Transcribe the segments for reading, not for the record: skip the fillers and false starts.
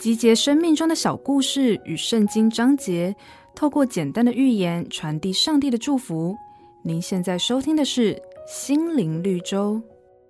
集结生命中的小故事与圣经章节，透过简单的寓言传递上帝的祝福。您现在收听的是心灵绿洲。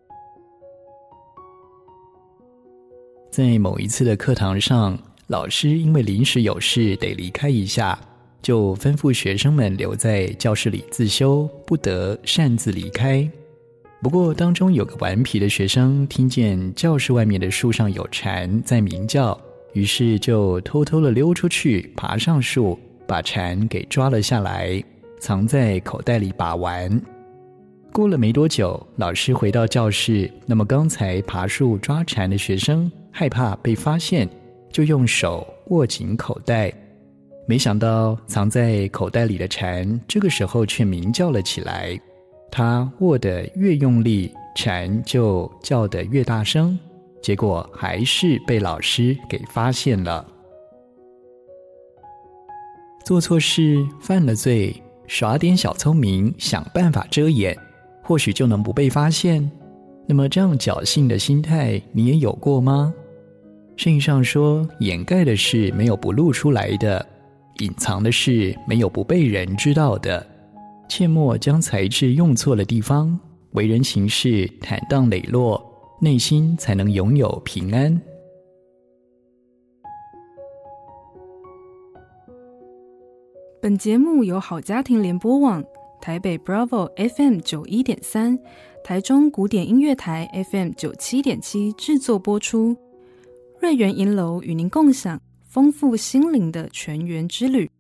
在某一次的课堂上，老师因为临时有事得离开一下，就吩咐学生们留在教室里自修，不得擅自离开。不过当中有个顽皮的学生听见教室外面的树上有蝉在鸣叫，于是就偷偷地溜出去，爬上树，把蝉给抓了下来，藏在口袋里把玩。过了没多久，老师回到教室，那么刚才爬树抓蝉的学生害怕被发现，就用手握紧口袋。没想到藏在口袋里的蝉这个时候却鸣叫了起来，它握得越用力，蝉就叫得越大声，结果还是被老师给发现了。做错事，犯了罪，耍点小聪明，想办法遮掩，或许就能不被发现。那么这样侥幸的心态你也有过吗？圣经上说，掩盖的事没有不露出来的，隐藏的事没有不被人知道的。切莫将才智用错了地方，为人行事坦荡磊落，内心才能拥有平安。 本节目由好家庭联播网、台北 Bravo FM 91.3、台中古典音乐台 FM 97.7制作播出。瑞园银楼与您共享丰富心灵的全员之旅。